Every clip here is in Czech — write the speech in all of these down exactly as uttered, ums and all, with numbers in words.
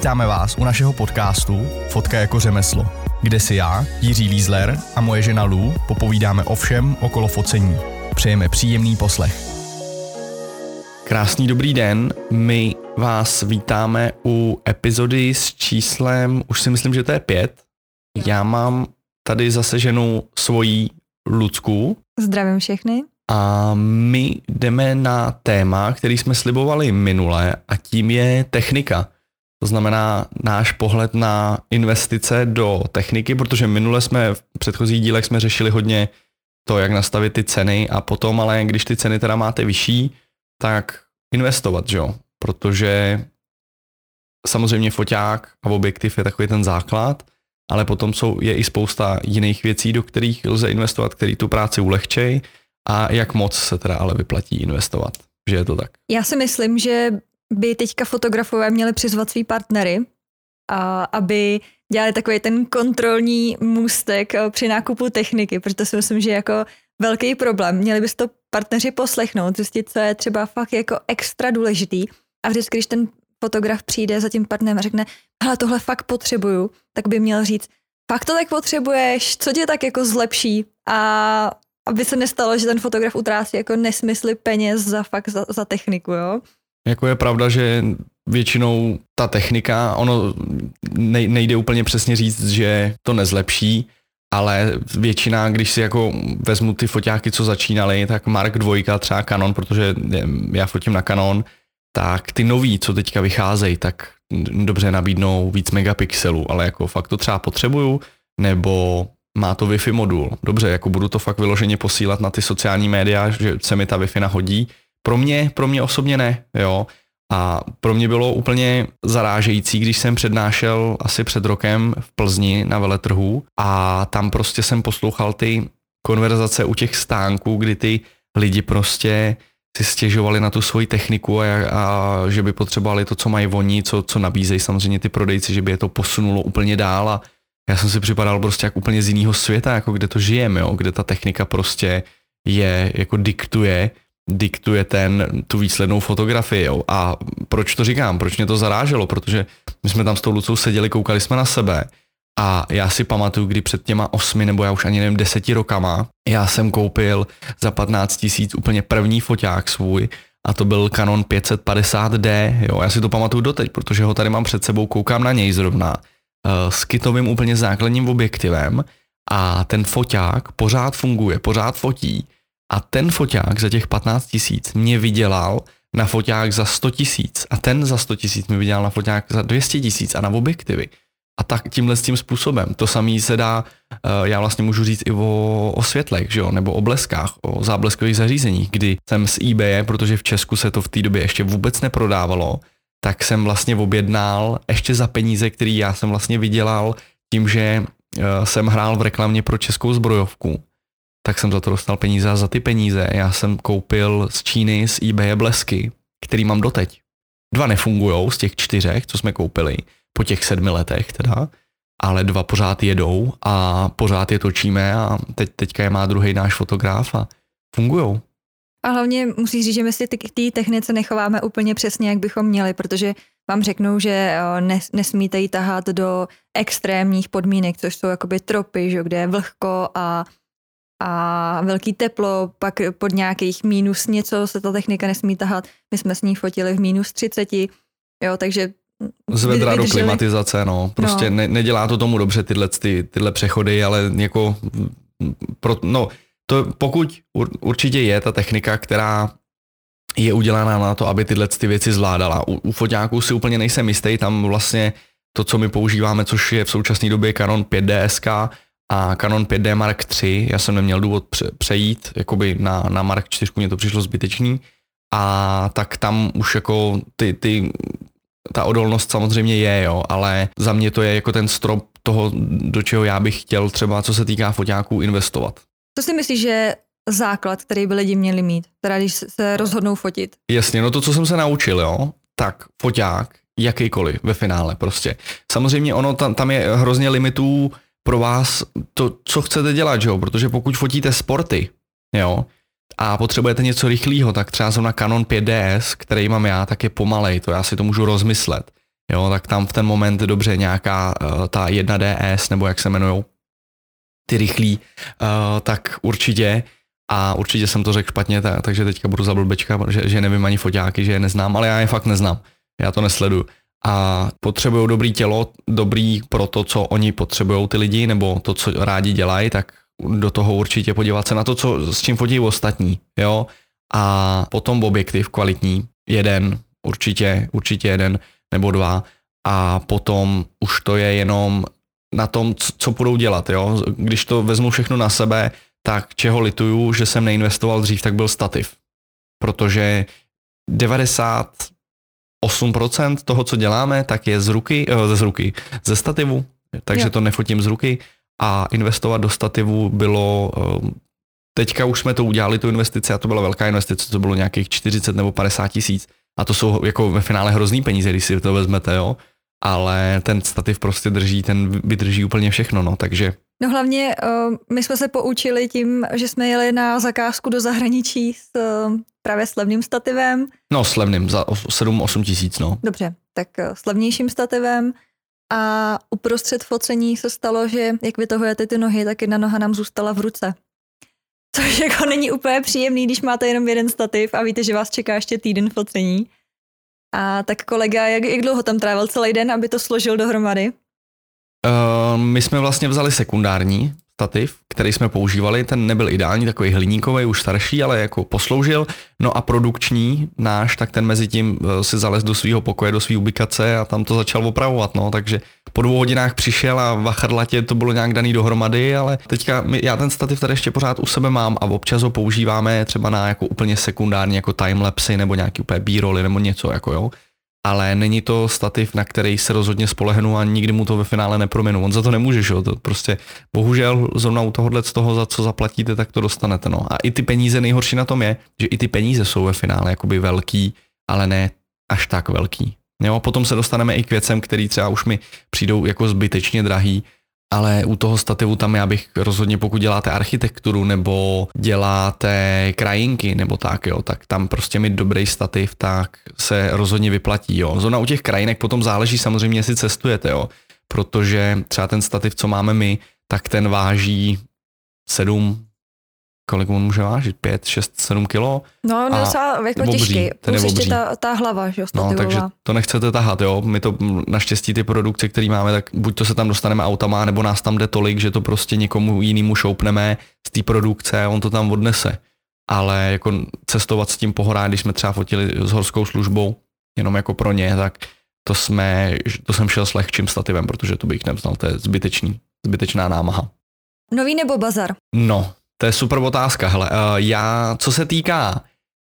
Vítáme vás u našeho podcastu Fotka jako řemeslo, kde si já, Jiří Lízler a moje žena Lou popovídáme o všem okolo focení. Přejeme příjemný poslech. Krásný dobrý den, my vás vítáme u epizody s číslem, už si myslím, že to je pět. Já mám tady zase ženu svojí Lucku. Zdravím všechny. A my jdeme na téma, který jsme slibovali minule, a tím je technika. To znamená náš pohled na investice do techniky, protože minule jsme v předchozích dílech jsme řešili hodně to, jak nastavit ty ceny, a potom ale když ty ceny teda máte vyšší, tak investovat, že jo? Protože samozřejmě foťák a objektiv je takový ten základ, ale potom jsou, je i spousta jiných věcí, do kterých lze investovat, který tu práci ulehčej, a jak moc se teda ale vyplatí investovat, že je to tak. Já si myslím, že by teďka fotografové měli přizvat svý partnery, a aby dělali takový ten kontrolní můstek při nákupu techniky, protože si myslím, že jako velký problém. Měli by to partneři poslechnout, zjistit, co je třeba fakt jako extra důležitý, a vždycky, když ten fotograf přijde za tím partnerem a řekne, hele, tohle fakt potřebuju, tak by měl říct, fakt to tak potřebuješ, co tě tak jako zlepší, a aby se nestalo, že ten fotograf utrácí jako nesmysly peněz za fakt za, za techniku, jo. Jako je pravda, že většinou ta technika, ono nejde úplně přesně říct, že to nezlepší, ale většina, když si jako vezmu ty foťáky, co začínaly, tak Mark dva, třeba Canon, protože já fotím na Canon, tak ty nový, co teďka vycházejí, tak dobře nabídnou víc megapixelů, ale jako fakt to třeba potřebuju, nebo má to Wi-Fi modul. Dobře, jako budu to fakt vyloženě posílat na ty sociální média, že se mi ta Wi-Fi nahodí. Pro mě, pro mě osobně ne, jo. A pro mě bylo úplně zarážející, když jsem přednášel asi před rokem v Plzni na veletrhu, a tam prostě jsem poslouchal ty konverzace u těch stánků, kdy ty lidi prostě si stěžovali na tu svoji techniku, a, a že by potřebovali to, co mají oni, co, co nabízejí samozřejmě ty prodejci, že by je to posunulo úplně dál, a já jsem si připadal prostě jak úplně z jiného světa, jako kde to žijeme, jo, kde ta technika prostě je, jako diktuje, diktuje ten, tu výslednou fotografii, jo. A proč to říkám, proč mě to zaráželo, protože my jsme tam s tou Lucou seděli, koukali jsme na sebe, a já si pamatuju, kdy před těma osmi, nebo já už ani nevím, deseti rokama, já jsem koupil za patnáct tisíc úplně první foťák svůj, a to byl Canon pět set padesát D, jo, já si to pamatuju doteď, protože ho tady mám před sebou, koukám na něj zrovna, s kitovým úplně základním objektivem, a ten foťák pořád funguje, pořád fotí, a ten foťák za těch patnáct tisíc mě vydělal na foťák za sto tisíc, a ten za sto tisíc mi vydělal na foťák za dvě stě tisíc a na objektivy. A tak tímhle s tím způsobem. To samý se dá, já vlastně můžu říct i o, o světlech, že jo? Nebo o bleskách, o zábleskových zařízeních, kdy jsem z eBay, protože v Česku se to v té době ještě vůbec neprodávalo, tak jsem vlastně objednal ještě za peníze, které já jsem vlastně vydělal tím, že jsem hrál v reklamě pro českou zbrojovku, tak jsem za to dostal peníze, a za ty peníze já jsem koupil z Číny, z eBay blesky, který mám doteď. Dva nefungujou z těch čtyřech, co jsme koupili, po těch sedmi letech teda, ale dva pořád jedou a pořád je točíme, a teď, teďka je má druhý náš fotograf a fungujou. A hlavně musíš říct, že my si k té technice nechováme úplně přesně, jak bychom měli, protože vám řeknou, že nes, nesmíte ji tahat do extrémních podmínek, což jsou jakoby tropy, že, kde je vlhko a, a velký teplo, pak pod nějakých mínus něco se ta technika nesmí tahat. My jsme s ní fotili v mínus třiceti, jo, takže z vedra do klimatizace, no. Prostě no. Ne, nedělá to tomu dobře tyhle, ty, tyhle přechody, ale jako pro, no, to pokud určitě je ta technika, která je udělaná na to, aby tyhle ty věci zvládala. U, u foťáků si úplně nejsem jistý, tam vlastně to, co my používáme, což je v současné době Canon pět D S K a Canon pět D Mark tři, já jsem neměl důvod přejít, jakoby na, na Mark čtyři, mně to přišlo zbytečný, a tak tam už jako ty, ty, ta odolnost samozřejmě je, jo, ale za mě to je jako ten strop toho, do čeho já bych chtěl třeba, co se týká foťáků, investovat. Co si myslíš, že je základ, který by lidi měli mít, teda když se rozhodnou fotit? Jasně, no to, co jsem se naučil, jo, tak foťák, jakýkoliv ve finále prostě. Samozřejmě ono, tam, tam je hrozně limitů pro vás to, co chcete dělat, jo, protože pokud fotíte sporty, jo, a potřebujete něco rychlého, tak třeba jsem na Canon pět D S, který mám já, tak je pomalej, to já si to můžu rozmyslet. jo, tak tam v ten moment dobře nějaká uh, ta jedna D S, nebo jak se jmenujou, ty rychlí, uh, tak určitě, a určitě jsem to řekl špatně, tak, takže teďka budu za blbečka, že, že nevím ani foťáky, že je neznám, ale já je fakt neznám, já to nesleduju. A potřebují dobrý tělo, dobrý pro to, co oni potřebují ty lidi, nebo to, co rádi dělají, tak do toho určitě podívat se na to, co, s čím fotí ostatní, jo. A potom objektiv kvalitní, jeden, určitě, určitě jeden nebo dva, a potom už to je jenom na tom, co budou dělat, jo. Když to vezmu všechno na sebe, tak čeho lituju, že jsem neinvestoval dřív, tak byl stativ. Protože devadesát osm procent toho, co děláme, tak je z ruky, z ruky, ze stativu, takže jo. To nefotím z ruky, a investovat do stativu bylo, teďka už jsme to udělali, tu investici, a to byla velká investice, to bylo nějakých čtyřicet nebo padesát tisíc, a to jsou jako ve finále hrozný peníze, když si to vezmete, jo, ale ten stativ prostě drží, ten vydrží úplně všechno, no, takže. No hlavně my jsme se poučili tím, že jsme jeli na zakázku do zahraničí s právě s levným stativem. No s levným, za sedm osm tisíc, no. Dobře, tak s levnějším stativem, a uprostřed focení se stalo, že jak vytahujete ty nohy, tak jedna noha nám zůstala v ruce. Což jako není úplně příjemný, když máte jenom jeden stativ a víte, že vás čeká ještě týden focení. A tak kolega, jak, jak dlouho tam trávil celý den, aby to složil dohromady? Uh, my jsme vlastně vzali sekundární stativ, který jsme používali, ten nebyl ideální, takový hliníkový, už starší, ale jako posloužil. No a produkční náš, tak ten mezi tím si zalez do svého pokoje, do své ubikace a tam to začal opravovat, no, takže po dvou hodinách přišel a v achrlatě to bylo nějak daný dohromady, ale teďka my, já ten stativ tady ještě pořád u sebe mám a občas ho používáme třeba na jako úplně sekundární, jako timelapsy nebo nějaký úplně b-rolly nebo něco, jako jo. Ale není to stativ, na který se rozhodně spolehnu a nikdy mu to ve finále neprominu. On za to nemůže, že jo, to prostě bohužel zrovna u tohohle z toho, za co zaplatíte, tak to dostanete, no. A i ty peníze, nejhorší na tom je, že i ty peníze jsou ve finále jakoby velký, ale ne až tak velký. Jo, potom se dostaneme i k věcem, který třeba už mi přijdou jako zbytečně drahý, ale u toho stativu tam já bych rozhodně, pokud děláte architekturu nebo děláte krajinky nebo tak, jo, tak tam prostě mít dobrý stativ, tak se rozhodně vyplatí, jo. Zrovna u těch krajinek potom záleží samozřejmě, jestli cestujete, jo, protože třeba ten stativ, co máme my, tak ten váží sedm, kolik on může vážit? pět, šest, sedm kilo? No, no docela jako těžký. Plus ještě ta, ta hlava, že jo, no, takže to nechcete tahat, jo. My to naštěstí ty produkce, které máme, tak buď to se tam dostaneme autama, nebo nás tam jde tolik, že to prostě někomu jinému šoupneme z té produkce a on to tam odnese. Ale jako cestovat s tím po horách, když jsme třeba fotili s horskou službou, jenom jako pro ně, tak to jsme, to jsem šel s lehčím stativem, protože to bych nevznal, to je zbytečný, zbytečná námaha. Nový nebo bazar? No, to je super otázka, hele, já, co se týká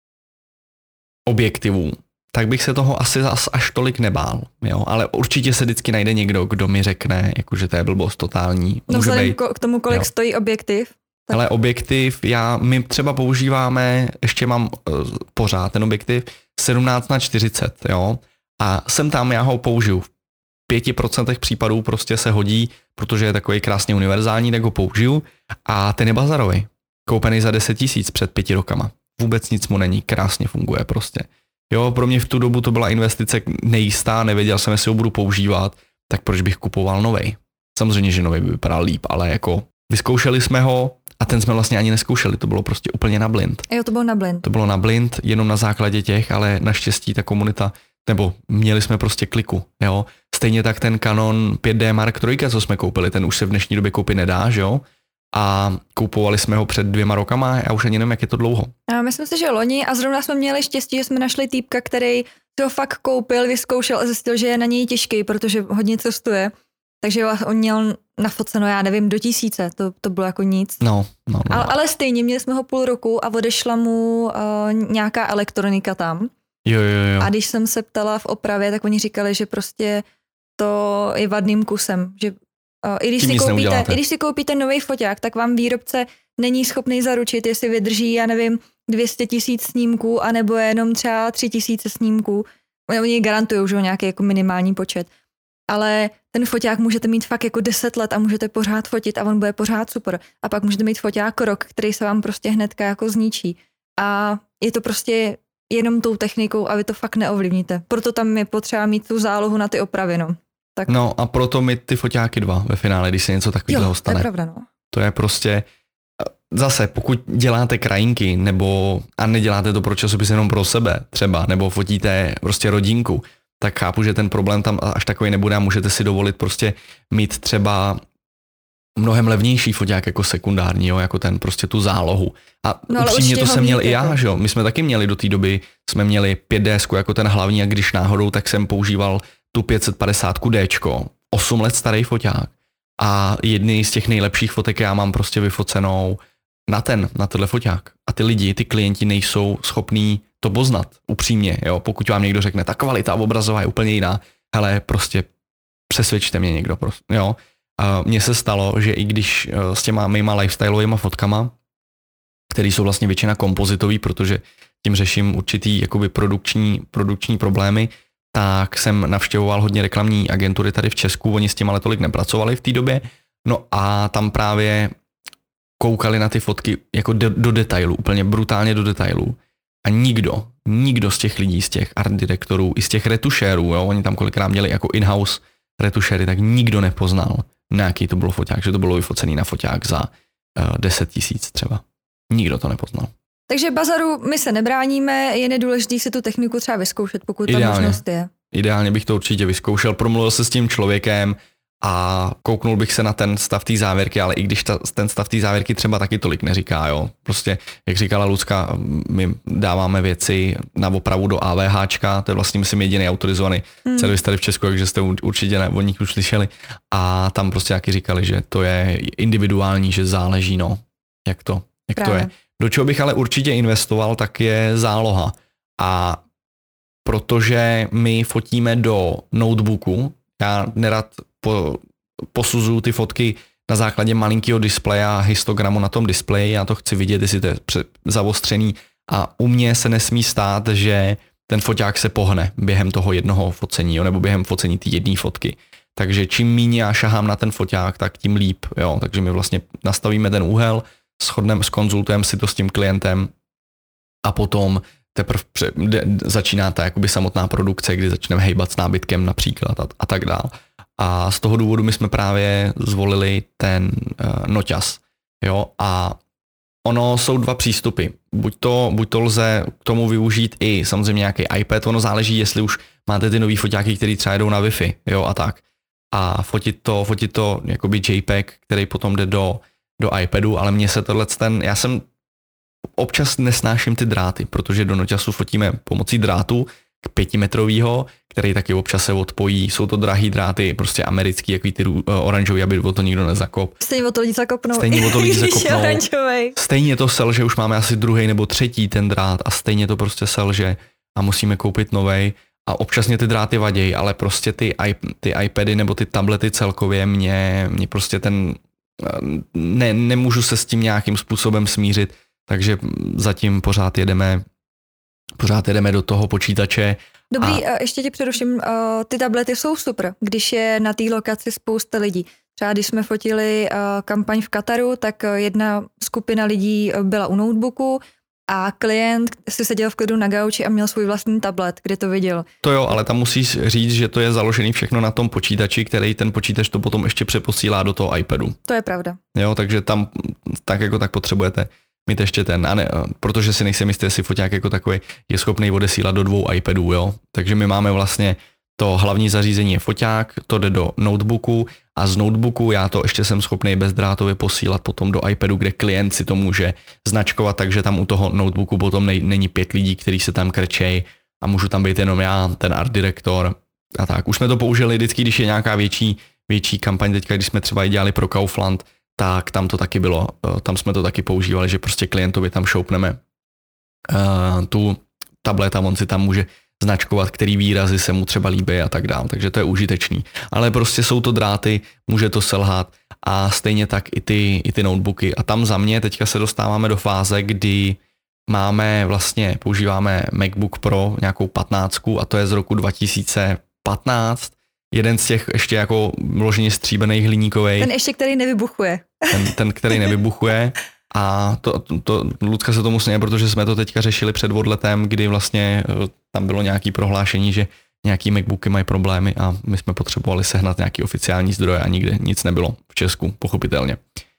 objektivů, tak bych se toho asi zas až tolik nebál, jo, ale určitě se vždycky najde někdo, kdo mi řekne, jakože to je blbost totální. No vzhledem k tomu, kolik jo. stojí objektiv. Tak. Ale objektiv, já, my třeba používáme, ještě mám uh, pořád ten objektiv sedmnáct na čtyřicet, jo, a sem tam já ho použiju. V pěti procentech případů prostě se hodí, protože je takový krásně univerzální, tak ho použiju, a ten je bazarový, koupený za deset tisíc před pěti rokama. Vůbec nic mu není, krásně funguje prostě. Jo, pro mě v tu dobu to byla investice nejistá, nevěděl jsem, jestli ho budu používat, tak proč bych kupoval novej. Samozřejmě, že novej by vypadal líp, ale jako vyzkoušeli jsme ho a ten jsme vlastně ani neskoušeli, to bylo prostě úplně na blind. Jo, to bylo na blind. To bylo na blind, jenom na základě těch, ale naštěstí ta komunita, nebo měli jsme prostě kliku, jo. Stejně tak ten Canon pět D Mark tři, co jsme koupili, ten už se v dnešní době koupit nedá, že jo. A kupovali jsme ho před dvěma rokama a už ani nevím, jak je to dlouho. A myslím si, že loni, a zrovna jsme měli štěstí, že jsme našli týpka, který to fakt koupil, vyzkoušel a zjistil, že je na něj těžký, protože hodně cestuje. Takže on měl nafoceno, já nevím, do tisíce, to, to bylo jako nic. No, no, no. Ale, ale stejně, měli jsme ho půl roku a odešla mu uh, nějaká elektronika tam. Jo, jo, jo. A když jsem se ptala v opravě, tak oni říkali, že prostě to je vadným kusem, že uh, i, když si koupíte, i když si koupíte nový foťák, tak vám výrobce není schopný zaručit, jestli vydrží, já nevím, dvě stě tisíc snímků, anebo jenom třeba tři tisíce snímků. Oni garantují, že nějaký jako minimální počet. Ale ten foťák můžete mít fakt jako deset let a můžete pořád fotit a on bude pořád super. A pak můžete mít foťák rok, který se vám prostě hnedka jako zničí. A je to prostě jenom tou technikou a vy to fakt neovlivníte. Proto tam je potřeba mít tu zálohu na ty opravy, no. Tak. No a proto mi ty foťáky dva ve finále, když se něco takového stane. To je pravda, no. To je prostě, zase pokud děláte krajinky, nebo a neděláte to pro časopis jenom pro sebe třeba, nebo fotíte prostě rodinku, tak chápu, že ten problém tam až takový nebude a můžete si dovolit prostě mít třeba mnohem levnější foťák jako sekundární, jo, jako ten prostě tu zálohu. A no, upřímně to jsem měl i já, že jo. My jsme taky měli do té doby, jsme měli pět dé jako ten hlavní a když náhodou, tak jsem používal tu pět set padesát déčko, osm let starý foťák a jedný z těch nejlepších fotek já mám prostě vyfocenou na ten, na tenhle foťák. A ty lidi, ty klienti nejsou schopní to poznat, upřímně, jo. Pokud vám někdo řekne, ta kvalita obrazová je úplně jiná, hele, prostě přesvědčte mě někdo, prostě, jo. A mně se stalo, že i když s těma mýma lifestyleovýma fotkama, které jsou vlastně většina kompozitový, protože tím řeším určitý jakoby produkční, produkční problémy, tak jsem navštěvoval hodně reklamní agentury tady v Česku, oni s tím ale tolik nepracovali v té době, no a tam právě koukali na ty fotky jako do, do detailu, úplně brutálně do detailu a nikdo, nikdo z těch lidí, z těch art direktorů, i z těch retušérů, jo, oni tam kolikrát měli jako in-house retušéry, tak nikdo nepoznal, na jaký to bylo foťák, že to bylo vyfocený na foťák za uh, deset tisíc třeba. Nikdo to nepoznal. Takže bazaru my se nebráníme, je nedůležité si tu techniku třeba vyzkoušet, pokud ta možnost je. Ideálně bych to určitě vyzkoušel, promluvil se s tím člověkem a kouknul bych se na ten stav té závěrky, ale i když ta, ten stav té závěrky třeba taky tolik neříká, jo. Prostě, jak říkala Lucka, my dáváme věci na opravu do AVHčka, to je vlastně myslím jediný autorizovaný hmm. servis tady v Česku, takže jste určitě ne, o nich už slyšeli. A tam prostě taky říkali, že to je individuální, že záleží, no, jak to, jak to je. Do čeho bych ale určitě investoval, tak je záloha. A protože my fotíme do notebooku, já nerad po, posuzuju ty fotky na základě malinkého displeje a histogramu na tom displeji, já to chci vidět, jestli to je zaostřený a u mě se nesmí stát, že ten foťák se pohne během toho jednoho focení, jo, nebo během focení té jedné fotky. Takže čím míň já šahám na ten foťák, tak tím líp. Jo. Takže my vlastně nastavíme ten úhel, shodneme, skonzultujeme si to s tím klientem a potom teprve začíná ta jakoby samotná produkce, kdy začneme hejbat s nábytkem například a, a tak dál. A z toho důvodu my jsme právě zvolili ten uh, noťaz. Jo? A ono jsou dva přístupy. Buď to, buď to lze k tomu využít i samozřejmě nějaký iPad, ono záleží, jestli už máte ty nový foťáky, které třeba jedou na Wi-Fi, jo, a tak. A fotit to, fotit to jakoby JPEG, který potom jde do, do iPadu, ale mně se tohle ten, já jsem občas nesnáším ty dráty, protože do noťasu fotíme pomocí drátu k pětimetrovýho, který taky občas se odpojí. Jsou to drahý dráty, prostě americký, jaký ty uh, oranžový, aby o to nikdo nezakop. Stejně o to lidi zakopnou. Stejně o to lidi zakopnou. Stejně to selže, už máme asi druhý nebo třetí ten drát a stejně to prostě selže a musíme koupit novej. A občas mě ty dráty vadějí, ale prostě ty, ty iPady nebo ty tablety celkově mě, mě prostě ten, ne, nemůžu se s tím nějakým způsobem smířit, takže zatím pořád jedeme, pořád jedeme do toho počítače. Dobrý, a... ještě tě přeruším, ty tablety jsou super, když je na té lokaci spousta lidí. Třeba když jsme fotili kampaň v Kataru, tak jedna skupina lidí byla u notebooku, a klient si seděl v klidu na gauči a měl svůj vlastní tablet, kde to viděl. To jo, ale tam musíš říct, že to je založený všechno na tom počítači, který ten počítač to potom ještě přeposílá do toho iPadu. To je pravda. Jo, takže tam tak jako tak potřebujete mít ještě ten, a ne, protože si nejsem jistý, jestli foťák jako takový je schopný odesílat do dvou iPadů, jo. Takže my máme vlastně to hlavní zařízení je foťák, to jde do notebooku a z notebooku já to ještě jsem schopný bezdrátově posílat potom do iPadu, kde klient si to může značkovat, takže tam u toho notebooku potom nej, není pět lidí, kteří se tam krčej a můžu tam být jenom já, ten art direktor a tak. Už jsme to použili vždycky, když je nějaká větší, větší kampaň, teďka když jsme třeba i dělali pro Kaufland, tak tam to taky bylo, tam jsme to taky používali, že prostě klientovi tam šoupneme uh, tu tablet a on si tam může značkovat, který výrazy se mu třeba líbí a tak dále, takže to je užitečný. Ale prostě jsou to dráty, může to selhat a stejně tak i ty, i ty notebooky. A tam za mě teďka se dostáváme do fáze, kdy máme vlastně, používáme MacBook Pro nějakou patnáctku a to je z roku dva tisíce patnáct. Jeden z těch ještě jako vloženě stříbených hliníkovej. Ten ještě, který nevybuchuje. Ten, ten který nevybuchuje. A to, to, to Lucka se tomu směje, protože jsme to teďka řešili před odletem, kdy vlastně tam bylo nějaké prohlášení, že nějaký MacBooky mají problémy a my jsme potřebovali sehnat nějaký oficiální zdroje a nikde nic nebylo v Česku, pochopitelně.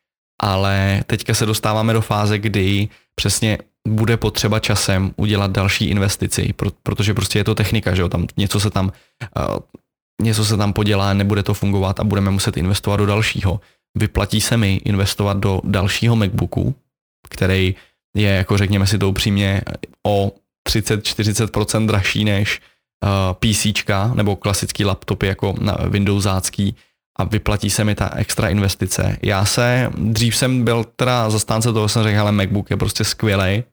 Ale teďka se dostáváme do fáze, kdy přesně bude potřeba časem udělat další investici, protože prostě je to technika, že jo, tam něco se tam, uh, něco se tam podělá, nebude to fungovat a budeme muset investovat do dalšího. Vyplatí se mi investovat do dalšího MacBooku, který je, jako řekněme si to upřímně, o třicet až čtyřicet procent dražší než uh, PCčka nebo klasický laptopy jako na Windowsácký, a vyplatí se mi ta extra investice. Já se, dřív jsem byl teda zastánce toho, jsem řekl, ale MacBook je prostě skvělej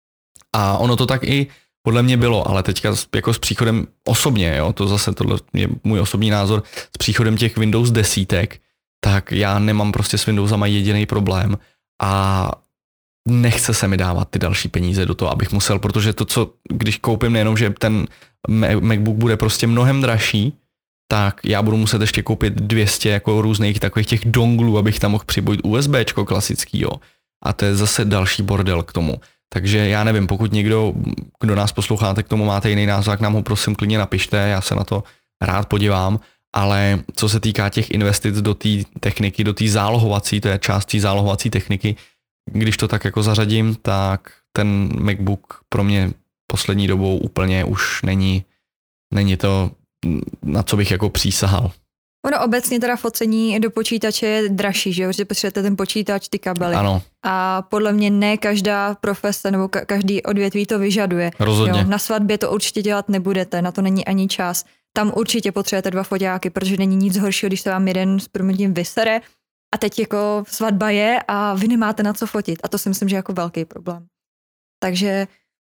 a ono to tak i podle mě bylo, ale teďka jako s příchodem osobně, jo, to zase tohle je můj osobní názor, s příchodem těch Windows desítek, tak já nemám prostě s Windowsama jediný problém a nechce se mi dávat ty další peníze do toho, abych musel, protože to, co když koupím nejenom, že ten MacBook bude prostě mnohem dražší, tak já budu muset ještě koupit dvě stě jako různých takových těch donglů, abych tam mohl připojit USBčko klasický, jo. A to je zase další bordel k tomu. Takže já nevím, pokud někdo, kdo nás posloucháte, k tomu máte jiný názor, tak nám ho prosím klidně napište, já se na to rád podívám, ale co se týká těch investic do té techniky, do té zálohovací, to je část té zálohovací techniky, když to tak jako zařadím, tak ten MacBook pro mě poslední dobou úplně už není, není to, na co bych jako přísahal. Ono obecně teda focení do počítače je dražší, že jo, že potřebujete ten počítač, ty kabely. Ano. A podle mě ne každá profese nebo ka- každý odvětví to vyžaduje. Rozhodně. Jo, na svatbě to určitě dělat nebudete, na to není ani čas. Tam určitě potřebujete dva foťáky, protože není nic horšího, když se vám jeden s proměnitím vysere a teď jako svatba je a vy nemáte na co fotit. A to si myslím, že je jako velký problém. Takže,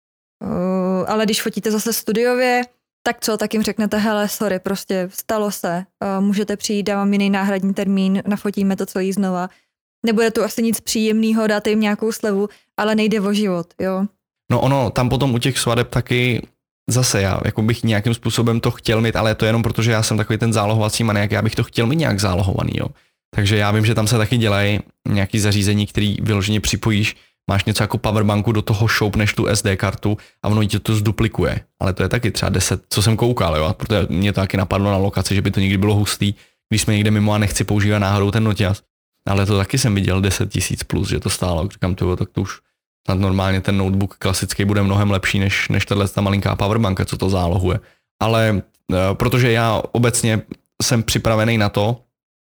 uh, ale když fotíte zase studiově, tak co, tak jim řeknete, hele, sorry, prostě stalo se, uh, můžete přijít, dávám jiný náhradní termín, nafotíme to celý znova. Nebude tu asi nic příjemného, dáte jim nějakou slevu, ale nejde o život, jo. No ono, tam potom u těch svadeb taky zase já, jako bych nějakým způsobem to chtěl mít, ale to jenom proto, že já jsem takový ten zálohovací maniak, já bych to chtěl mít nějak zálohovaný, jo. Takže já vím, že tam se taky dělají nějaký zařízení, který vyloženě připojíš, máš něco jako powerbanku, do toho šoupneš tu S D kartu a ono ti to zduplikuje. Ale to je taky třeba deset, co jsem koukal, jo, protože mě to taky napadlo na lokaci, že by to někdy bylo hustý, když jsme někde mimo a nechci používat náhodou ten noťaz. Ale to taky jsem viděl deset tisíc plus, že to stálo. Říkám, to, tak to už snad normálně ten notebook klasický bude mnohem lepší, než, než tahle ta malinká powerbanka, co to zálohuje. Ale e, protože já obecně jsem připravený na to,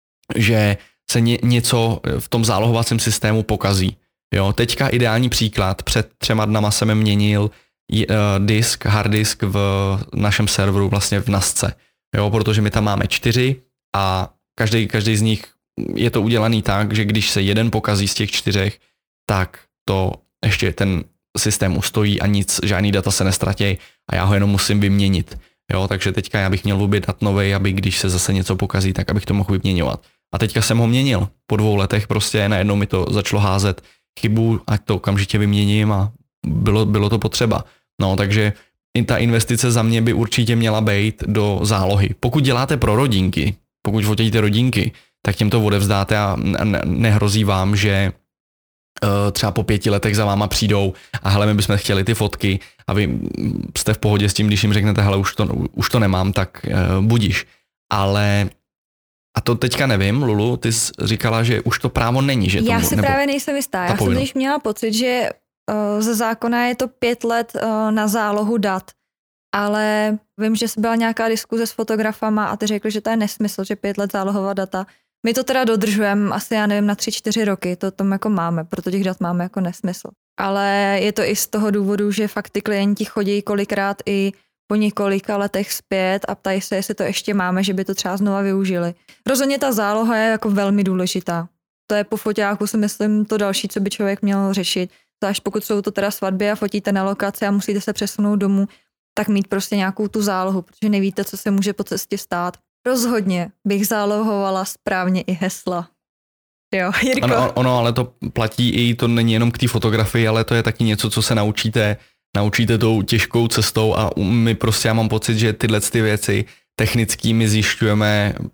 že se ně, něco v tom zálohovacím systému pokazí. Jo, teďka ideální příklad, před třema dnama jsem měnil uh, disk, hard disk v našem serveru, vlastně v NASce, jo, protože my tam máme čtyři a každý, každý z nich je to udělaný tak, že když se jeden pokazí z těch čtyřech, tak to ještě ten systém ustojí a nic, žádný data se nestratí a já ho jenom musím vyměnit. Jo, takže teďka já bych měl objednat novej, aby když se zase něco pokazí, tak abych to mohl vyměňovat. A teďka jsem ho měnil. Po dvou letech prostě najednou mi to začalo házet chybu, ať to okamžitě vyměním a bylo, bylo to potřeba. No, takže i ta investice za mě by určitě měla být do zálohy. Pokud děláte pro rodinky, pokud fotíte rodinky, tak těm to odevzdáte a nehrozí vám, že uh, třeba po pěti letech za váma přijdou a hele, my bychom chtěli ty fotky a vy jste v pohodě s tím, když jim řeknete, hele, už to, už to nemám, tak uh, budiš. Ale a to teďka nevím, Lulu, ty jsi říkala, že už to právo není, že to Já si nebo právě nejsem jistá. Já jsem když měla pocit, že uh, ze zákona je to pět let uh, na zálohu dat, ale vím, že byla nějaká diskuze s fotografama a ty řekli, že to je nesmysl, že pět let zálohovat data. My to teda dodržujeme asi, já nevím, na tři, čtyři roky, to tam jako máme, proto těch dat máme jako nesmysl. Ale je to i z toho důvodu, že fakt ty klienti chodí kolikrát i po několika letech zpět a ptají se, jestli to ještě máme, že by to třeba znova využili. Rozhodně ta záloha je jako velmi důležitá. To je po foťáku, si myslím, to další, co by člověk měl řešit. Zvlášť pokud jsou to teda svatby a fotíte na lokaci a musíte se přesunout domů, tak mít prostě nějakou tu zálohu, protože nevíte, co se může po cestě stát. Rozhodně bych zálohovala správně i hesla. Jo, Jirko. Ano, ono, ale to platí i, to není jenom k té fotografii, ale to je taky něco, co se naučíte naučíte tou těžkou cestou a my prostě já mám pocit, že tyhle ty věci technickými zjišťujeme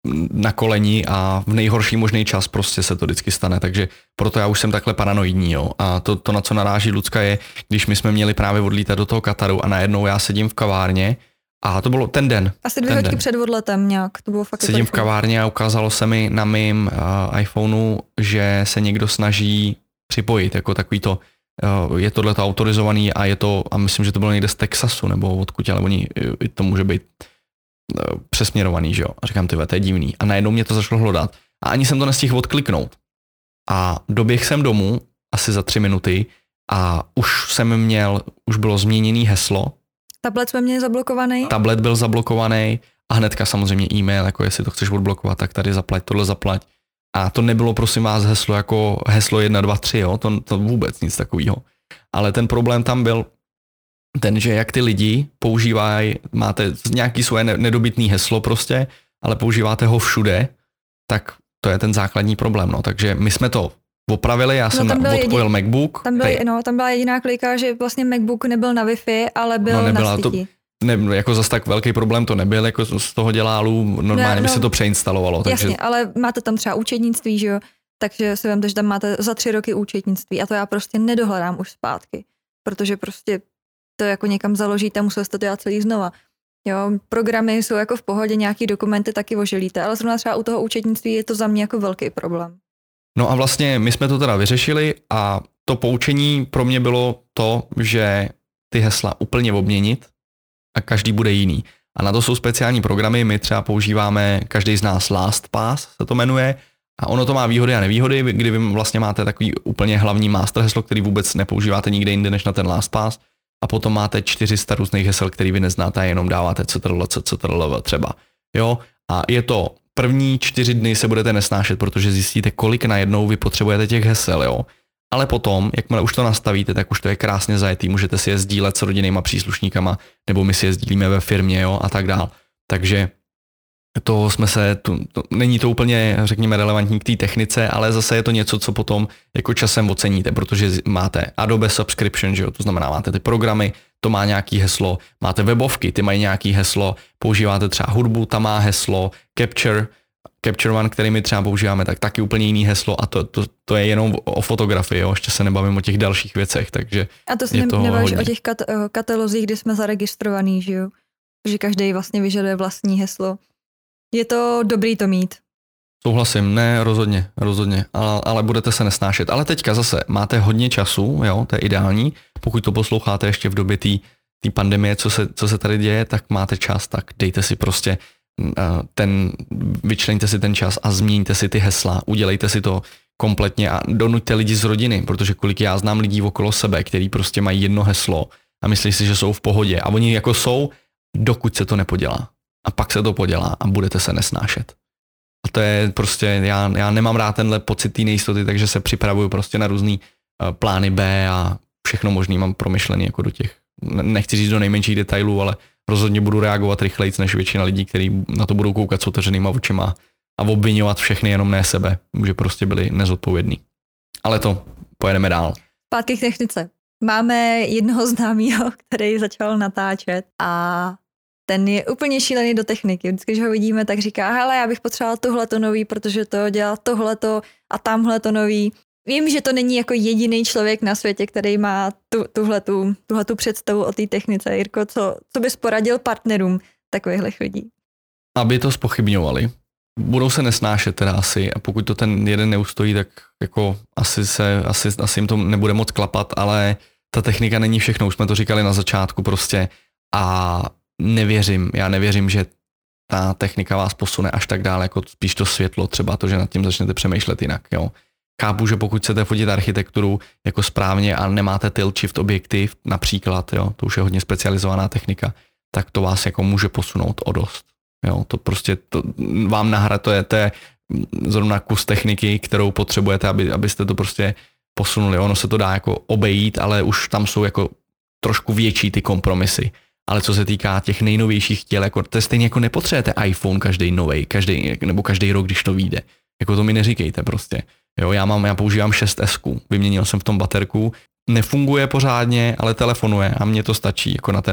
na koleni a v nejhorší možný čas prostě se to vždycky stane, takže proto já už jsem takhle paranoidní, jo. A to, to na co naráží Lucka je, když my jsme měli právě odlítat do toho Kataru a najednou já sedím v kavárně a to bylo ten den. Asi dvě hodky před odletem nějak, to bylo fakt. Sedím v kavárně a ukázalo se mi na mým uh, iPhoneu, že se někdo snaží připojit, jako takový to, uh, je tohleto autorizovaný a je to, a myslím, že to bylo někde z Texasu nebo odkud, ale oni, to může být uh, přesměrovaný, že jo. A říkám, tyhle, to je divný. A najednou mě to začalo hledat. A ani jsem to nestihl odkliknout. A doběh jsem domů asi za tři minuty a už jsem měl, už bylo změněný heslo. Tablet jsme měli zablokovaný. Tablet byl zablokovaný a hnedka samozřejmě e-mail, jako jestli to chceš odblokovat, tak tady zaplať, tohle zaplať. A to nebylo, prosím vás, heslo jako heslo jedna, dva, tři, jo, to, to vůbec nic takového. Ale ten problém tam byl ten, že jak ty lidi používají, máte nějaký svoje nedobytný heslo prostě, ale používáte ho všude, tak to je ten základní problém, no. Takže my jsme to opravili, já no, jsem odpojil jedin, MacBook. Tam, byl, no, tam byla jediná klika, že vlastně MacBook nebyl na Wi-Fi, ale byl no, na síti. Ne, jako zas tak velký problém to nebyl, jako z toho dělálu, normálně no, by se to přeinstalovalo. Takže... Jasně, ale máte tam třeba účetnictví, že jo, takže si vemte, že tam máte za tři roky účetnictví a to já prostě nedohledám už zpátky, protože prostě to jako někam založíte, musel jste to dělat celý znova. Jo, programy jsou jako v pohodě, nějaký dokumenty taky oželíte, ale zrovna třeba u toho účetnictví je to za mě jako velký problém. No a vlastně my jsme to teda vyřešili a to poučení pro mě bylo to, že ty hesla úplně obměnit a každý bude jiný. A na to jsou speciální programy, my třeba používáme, každý z nás LastPass se to jmenuje a ono to má výhody a nevýhody, kdy vy vlastně máte takový úplně hlavní master heslo, který vůbec nepoužíváte nikde jinde než na ten LastPass a potom máte čtyři sta různých hesel, který vy neznáte a jenom dáváte ctrl, ctrl třeba. Jo? A je to první čtyři dny se budete nesnášet, protože zjistíte, kolik najednou vy potřebujete těch hesel, jo. Ale potom, jakmile už to nastavíte, tak už to je krásně zajetý, můžete si je sdílet s rodinnýma příslušníkama, nebo my si je sdílíme ve firmě, jo, a tak dál. Takže to jsme se, to, to, není to úplně, řekněme, relevantní k té technice, ale zase je to něco, co potom jako časem oceníte, protože máte Adobe Subscription, že jo, to znamená, máte ty programy, to má nějaký heslo, máte webovky, ty mají nějaký heslo, používáte třeba hudbu, tam má heslo, Capture, Capture One, který my třeba používáme, tak taky úplně jiný heslo a to, to, to je jenom o fotografii, jo, ještě se nebavím o těch dalších věcech, takže a to si ne, nebavíš o těch kat, katalozích, kdy jsme zaregistrovaný, že jo, že každý vlastně vyžaduje vlastní heslo. Je to dobrý to mít. Souhlasím, ne, rozhodně, rozhodně, ale, ale budete se nesnášet. Ale teďka zase máte hodně času, jo, to je ideální. Pokud to posloucháte ještě v době té pandemie, co se, co se tady děje, tak máte čas, tak dejte si prostě ten, vyčleňte si ten čas a změňte si ty hesla, udělejte si to kompletně a donuďte lidi z rodiny, protože kolik já znám lidí okolo sebe, který prostě mají jedno heslo a myslí si, že jsou v pohodě a oni jako jsou, dokud se to nepodělá. A pak se to podělá a budete se nesnášet. A to je prostě, já, já nemám rád tenhle pocit té nejistoty, takže se připravuju prostě na různý uh, plány B a všechno možný mám promyšlený jako do těch, nechci říct do nejmenších detailů, ale rozhodně budu reagovat rychlejc než většina lidí, kteří na to budou koukat s otevřenýma očima a obviňovat všechny, jenom ne sebe, že prostě byli nezodpovědní. Ale to, pojedeme dál. Zpátky k technice. Máme jednoho známého, který začal natáčet a ten je úplně šílený do techniky. Vždycky, když ho vidíme, tak říká, hele, já bych potřeboval tohleto nový, protože to dělá tohleto a tamhleto nový. Vím, že to není jako jediný člověk na světě, který má tu, tuhletu, tuhletu představu o té technice. Jirko, co, co bys poradil partnerům takových lidí? Aby to zpochybňovali. Budou se nesnášet teda asi a pokud to ten jeden neustojí, tak jako asi, se, asi, asi jim to nebude moc klapat, ale ta technika není všechno, už jsme to říkali na začátku prostě a nevěřím, já nevěřím, že ta technika vás posune až tak dále, jako spíš to světlo, třeba to, že nad tím začnete přemýšlet jinak, jo. Chápu, že pokud chcete fotit architekturu jako správně a nemáte tilt shift objektiv například, jo, to už je hodně specializovaná technika, tak to vás jako může posunout o dost. Jo, to prostě to vám nahra, to je, to je zrovna kus techniky, kterou potřebujete, aby, abyste to prostě posunuli. Ono se to dá jako obejít, ale už tam jsou jako trošku větší ty kompromisy. Ale co se týká těch nejnovějších těl, jako, to je stejně jako nepotřebujete iPhone každý novej, každý, nebo každý rok, když to vyjde. Jako to mi neříkejte prostě. Jo, já mám, já používám šest S, vyměnil jsem v tom baterku, nefunguje pořádně, ale telefonuje a mně to stačí jako na ten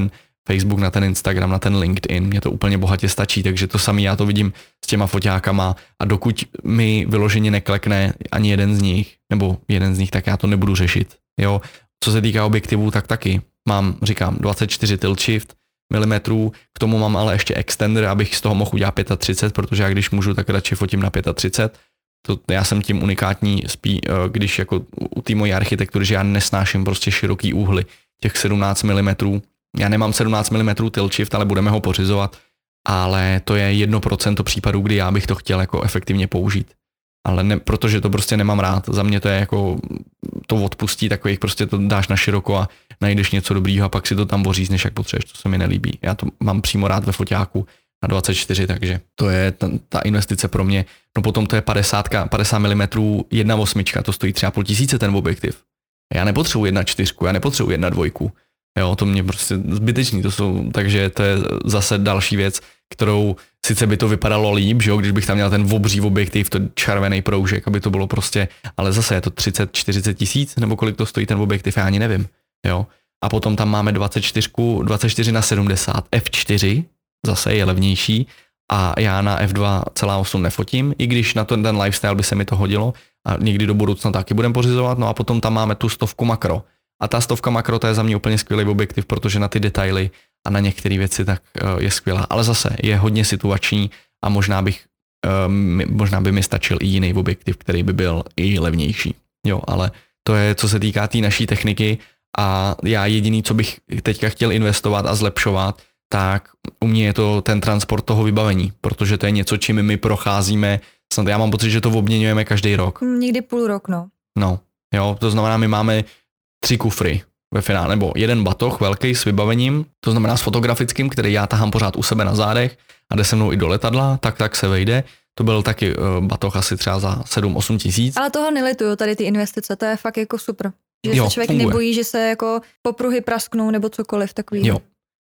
Facebook, na ten Instagram, na ten LinkedIn, mě to úplně bohatě stačí, takže to samý já to vidím s těma foťákama a dokud mi vyloženě neklekne ani jeden z nich, nebo jeden z nich, tak já to nebudu řešit, jo. Co se týká objektivů, tak taky mám, říkám, dvacet čtyři tilt shift milimetrů, k tomu mám ale ještě extender, abych z toho mohl udělat třicet pět, protože já když můžu, tak radši fotím na třicet pět. To, já jsem tím unikátní, spí, když jako u té mojí architektury, že já nesnáším prostě široký úhly, těch sedmnáct milimetrů. Já nemám sedmnáct milimetrů tilt shift, ale budeme ho pořizovat, ale to je jedno procento případů, kdy já bych to chtěl jako efektivně použít. Ale ne, protože to prostě nemám rád. Za mě to je jako, to odpustí takových, prostě to dáš na široko a najdeš něco dobrýho a pak si to tam ořízneš, jak potřebuješ, to se mi nelíbí. Já to mám přímo rád ve foťáku na dvacet čtyři, takže to je ta, ta investice pro mě. No potom to je padesát, padesát milimetrů jedna osmička, to stojí třeba půl tisíce ten objektiv. Já nepotřebuji jedna čtyřku, já nepotřebuji jedna dvojku. Jo, to mě prostě zbytečný, to jsou, takže to je zase další věc, kterou sice by to vypadalo líp, že jo, když bych tam měl ten obří objektiv, to červený proužek, aby to bylo prostě, ale zase je to třicet čtyřicet tisíc, nebo kolik to stojí ten objektiv, já ani nevím, jo. A potom tam máme dvacet čtyři, dvacet čtyři na sedmdesát, ef čtyři, zase je levnější a já na ef dva celá osm nefotím, i když na ten, ten lifestyle by se mi to hodilo a někdy do budoucna taky budem pořizovat, no a potom tam máme tu stovku makro. A ta stovka makro, to je za mě úplně skvělý objektiv, protože na ty detaily a na některé věci tak je skvělá. Ale zase je hodně situační a možná bych, možná by mi stačil i jiný objektiv, který by byl i levnější. Jo, ale to je, co se týká té tý naší techniky a já jediný, co bych teďka chtěl investovat a zlepšovat, tak u mě je to ten transport toho vybavení, protože to je něco, čím my procházíme. Snad já mám pocit, že to obměňujeme každý rok. Někdy půl rok, no. No, jo, to znamená, my máme tři kufry ve finále, nebo jeden batoh velký s vybavením, to znamená s fotografickým, který já tahám pořád u sebe na zádech a jde se mnou i do letadla, tak tak se vejde. To byl taky uh, batoh asi třeba za sedm osm tisíc. Ale toho nelituju, tady ty investice, to je fakt jako super. Že jo, se člověk funguje. nebojí, že se jako popruhy prasknou nebo cokoliv takový. Jo.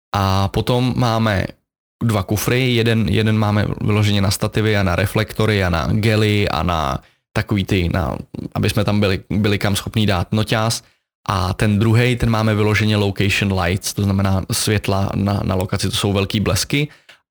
A potom máme dva kufry, jeden, jeden máme vyloženě na stativy a na reflektory a na gely a na takový ty, na, aby jsme tam byli, byli kam schopní dát noťaz. A ten druhý, ten máme vyloženě location lights, to znamená světla na, na lokaci, to jsou velký blesky.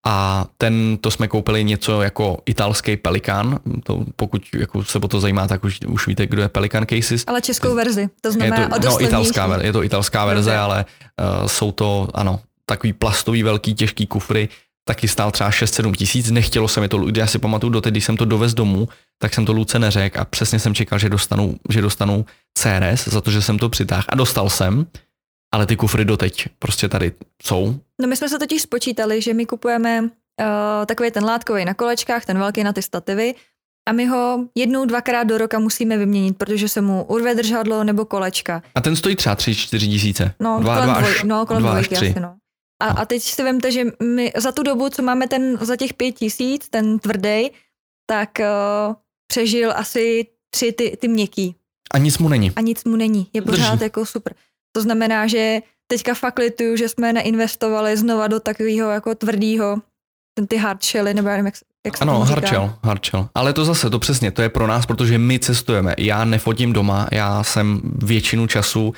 A ten, to jsme koupili něco jako italský Pelikan, to, pokud jako se o to zajímá, tak už, už víte, kdo je Pelikan Cases. Ale českou verzi, to znamená je to, o dost no, italská, levnější. je to italská verze, Dobře. ale uh, jsou to, ano, takový plastový velký těžký kufry, taky stál třeba šest sedm tisíc, nechtělo se mi to, já si pamatuju doteď, když jsem to dovez domů, tak jsem to Luce neřekl a přesně jsem čekal, že dostanu, že dostanu C R S za to, že jsem to přitáhl a dostal jsem, ale ty kufry doteď prostě tady jsou. No my jsme se totiž spočítali, že my kupujeme uh, takový ten látkový na kolečkách, ten velký na ty stativy a my ho jednou, dvakrát do roka musíme vyměnit, protože se mu urve držadlo nebo kolečka. A ten stojí třeba tři čtyři tisíce. No, dva, kolem, dva dvoj, až, no, kolem dva dvojky až tři. asi, no. A, a teď si vemte, že my za tu dobu, co máme ten, za těch pět tisíc, ten tvrdý, tak uh, přežil asi tři ty, ty měkký. A nic mu není. A nic mu není. Je pořád Drží. jako super. To znamená, že teďka fakt lituju, že jsme neinvestovali znova do takového jako tvrdýho, ten ty hard shelly, nebo já nevím, jak, jak se Ano, tomu říká. hardshell, hardshell. Ale to zase, to přesně, to je pro nás, protože my cestujeme. Já nefotím doma, já jsem většinu času,